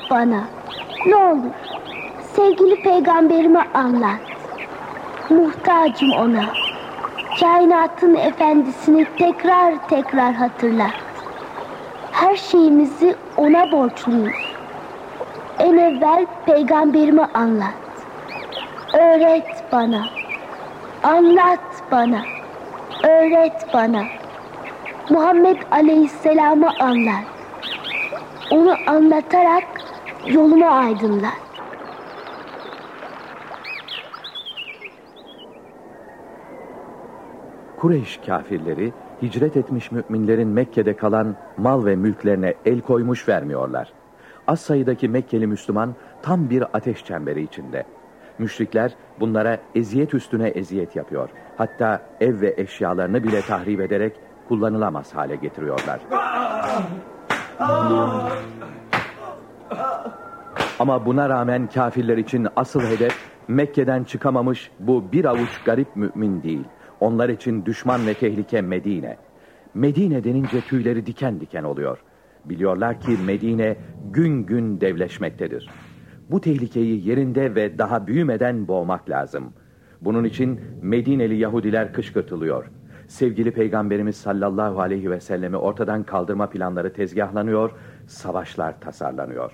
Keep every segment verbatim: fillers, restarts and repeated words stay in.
bana. Ne olur sevgili peygamberime anlat. Muhtacım ona. Kainatın efendisini tekrar tekrar hatırlat. Her şeyimizi ona borçluyuz. En evvel peygamberime anlat. Öğret bana. Anlat bana. Öğret bana. Muhammed Aleyhisselam'ı anlat. Onu anlatarak yolumu aydınlat. Kureyş kafirleri hicret etmiş müminlerin Mekke'de kalan mal ve mülklerine el koymuş vermiyorlar. Az sayıdaki Mekkeli Müslüman tam bir ateş çemberi içinde. Müşrikler bunlara eziyet üstüne eziyet yapıyor. Hatta ev ve eşyalarını bile tahrip ederek kullanılamaz hale getiriyorlar. Ama buna rağmen kafirler için asıl hedef Mekke'den çıkamamış bu bir avuç garip mümin değil. Onlar için düşman ve tehlike Medine. Medine denince tüyleri diken diken oluyor. Biliyorlar ki Medine gün gün devleşmektedir. Bu tehlikeyi yerinde ve daha büyümeden boğmak lazım. Bunun için Medineli Yahudiler kışkırtılıyor. Sevgili Peygamberimiz sallallahu aleyhi ve sellemi ortadan kaldırma planları tezgahlanıyor, savaşlar tasarlanıyor.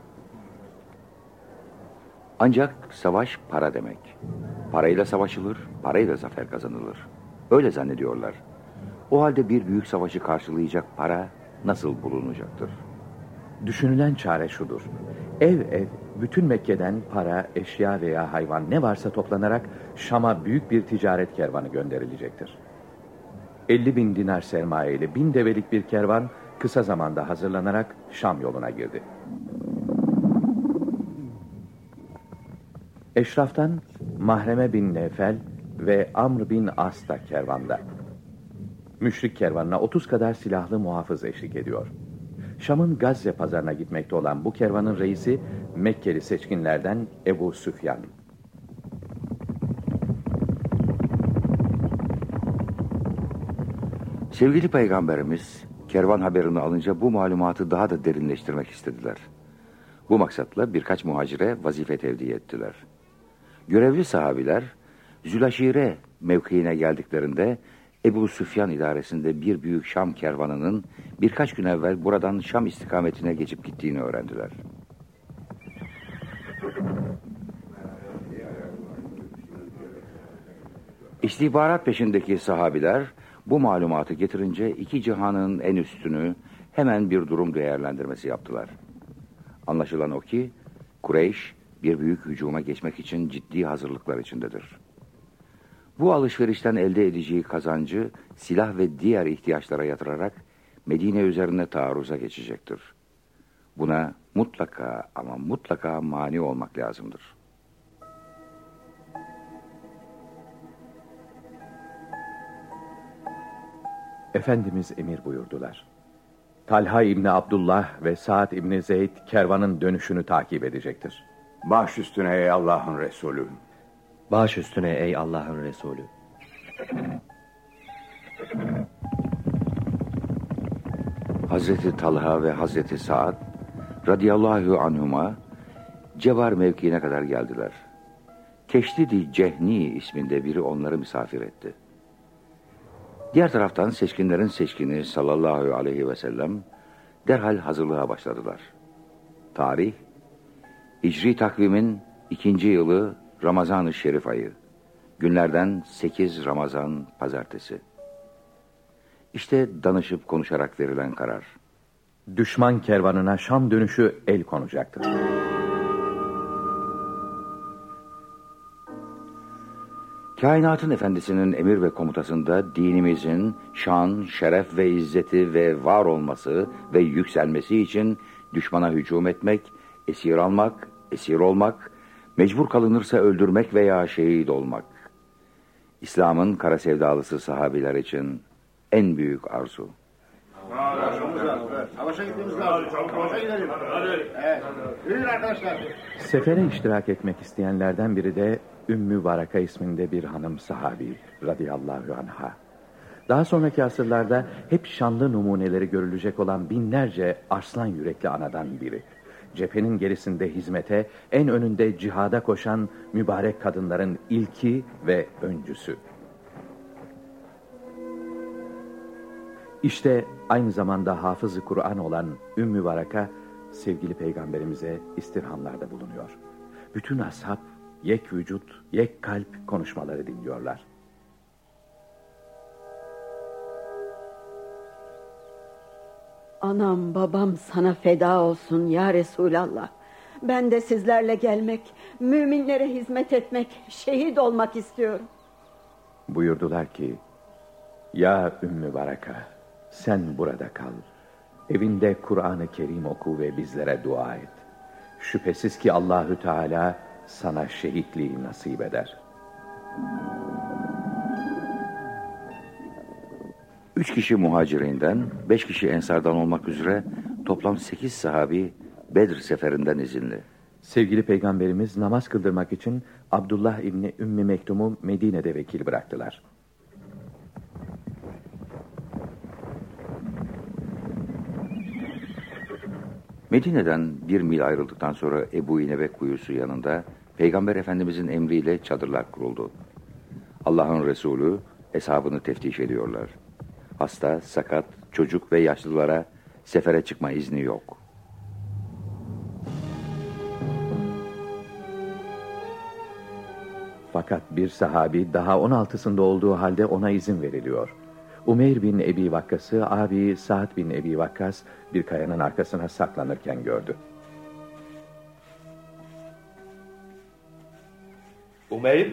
Ancak savaş para demek. Parayla savaşılır, parayla zafer kazanılır. Öyle zannediyorlar. O halde bir büyük savaşı karşılayacak para nasıl bulunacaktır? Düşünülen çare şudur. Ev ev, bütün Mekke'den para, eşya veya hayvan ne varsa toplanarak Şam'a büyük bir ticaret kervanı gönderilecektir. elli bin dinar sermayeli bin develik bir kervan kısa zamanda hazırlanarak Şam yoluna girdi. Eşraftan Mahreme bin Nefel ve Amr bin As da kervanda. Müşrik kervanına otuz kadar silahlı muhafız eşlik ediyor. Şam'ın Gazze pazarına gitmekte olan bu kervanın reisi Mekkeli seçkinlerden Ebu Süfyan. Sevgili Peygamberimiz kervan haberini alınca bu malumatı daha da derinleştirmek istediler. Bu maksatla birkaç muhacire vazife tevdi ettiler. Görevli sahabiler Zülaşire mevkiine geldiklerinde Ebu Süfyan idaresinde bir büyük Şam kervanının birkaç gün evvel buradan Şam istikametine geçip gittiğini öğrendiler. İstihbarat peşindeki sahabiler bu malumatı getirince iki cihanın en üstünü hemen bir durum değerlendirmesi yaptılar. Anlaşılan o ki Kureyş bir büyük hücuma geçmek için ciddi hazırlıklar içindedir. Bu alışverişten elde edeceği kazancı silah ve diğer ihtiyaçlara yatırarak Medine üzerine taarruza geçecektir. Buna mutlaka ama mutlaka mani olmak lazımdır. Efendimiz emir buyurdular. Talha İbni Abdullah ve Sa'd İbni Zeyd kervanın dönüşünü takip edecektir. Baş üstüne ey Allah'ın Resulü. Baş üstüne ey Allah'ın Resulü. Hazreti Talha ve Hazreti Sa'd radıyallahu anhuma Cevar mevkiine kadar geldiler. Keştidi Cehni isminde biri onları misafir etti. Diğer taraftan seçkinlerin seçkini sallallahu aleyhi ve sellem derhal hazırlığa başladılar. Tarih, Hicri takvimin ikinci yılı Ramazan-ı Şerif ayı. Günlerden sekiz Ramazan pazartesi. İşte danışıp konuşarak verilen karar. Düşman kervanına Şam dönüşü el konacaktır. Kainatın efendisinin emir ve komutasında dinimizin şan, şeref ve izzeti ve var olması ve yükselmesi için düşmana hücum etmek, esir almak, esir olmak, mecbur kalınırsa öldürmek veya şehit olmak. İslam'ın kara sevdalısı sahabiler için en büyük arzu. Savaşa gitmemiz lazım. Savaşa gidelim. Evet. Yürüyün arkadaşlar. Sefere iştirak etmek isteyenlerden biri de Ümmü Varaka isminde bir hanım sahabi radıyallahu anha. Daha sonraki asırlarda hep şanlı numuneleri görülecek olan binlerce arslan yürekli anadan biri. cephenin gerisinde hizmete, en önünde cihada koşan mübarek kadınların ilki ve öncüsü. İşte aynı zamanda hafız-ı Kur'an olan Ümmü Varaka, sevgili peygamberimize istirhamlarda bulunuyor. Bütün ashab yek vücut, yek kalp konuşmaları dinliyorlar. Anam babam sana feda olsun ya Resulallah. Ben de sizlerle gelmek, müminlere hizmet etmek, şehit olmak istiyorum. Buyurdular ki, ya Ümmü Varaka, sen burada kal. Evinde Kur'an-ı Kerim oku ve bizlere dua et. Şüphesiz ki Allahü Teala sana şehitliği nasip eder. Üç kişi muhacirinden, beş kişi ensardan olmak üzere toplam sekiz sahabi Bedir seferinden izinli. Sevgili peygamberimiz namaz kıldırmak için Abdullah İbni Ümmü Mektum'u Medine'de vekil bıraktılar. Medine'den bir mil ayrıldıktan sonra Ebu İnebek kuyusu yanında Peygamber Efendimizin emriyle çadırlar kuruldu. Allah'ın Resulü eshabını teftiş ediyorlar. Hasta, sakat, çocuk ve yaşlılara sefere çıkma izni yok. Fakat bir sahabi daha on altısında olduğu halde ona izin veriliyor. Umeyr bin Ebi Vakkas'ı abi Sa'd bin Ebi Vakkas bir kayanın arkasına saklanırken gördü. Umeyr?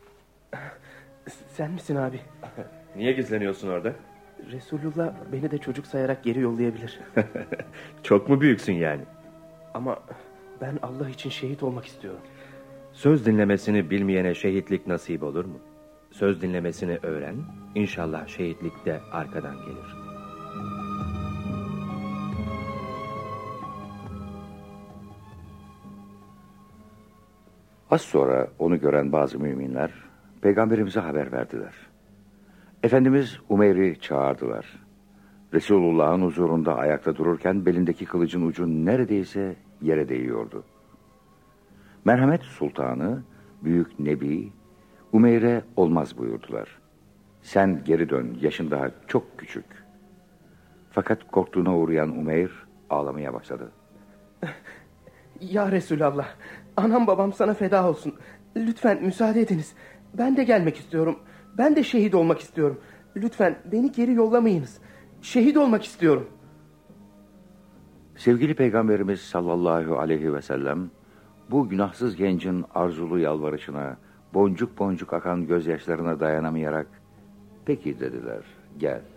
Sen misin abi? Niye gizleniyorsun orada? Resulullah beni de çocuk sayarak geri yollayabilir. Çok mu büyüksün yani? Ama ben Allah için şehit olmak istiyorum. Söz dinlemesini bilmeyene şehitlik nasip olur mu? Söz dinlemesini öğren, İnşallah şehitlik de arkadan gelir. Az sonra onu gören bazı müminler Peygamberimize haber verdiler. Efendimiz Umeyr'i çağırdılar. Resulullah'ın huzurunda ayakta dururken belindeki kılıcın ucu neredeyse yere değiyordu. Merhamet Sultanı, Büyük Nebi, Umeyr'e olmaz buyurdular. Sen geri dön, yaşın daha çok küçük. Fakat korktuğuna uğrayan Umeyr ağlamaya başladı. Ya Resulallah, anam babam sana feda olsun. Lütfen müsaade ediniz. Ben de gelmek istiyorum. Ben de şehit olmak istiyorum. Lütfen beni geri yollamayınız. Şehit olmak istiyorum. Sevgili Peygamberimiz sallallahu aleyhi ve sellem bu günahsız gencin arzulu yalvarışına, boncuk boncuk akan gözyaşlarına dayanamayarak peki dediler, gel.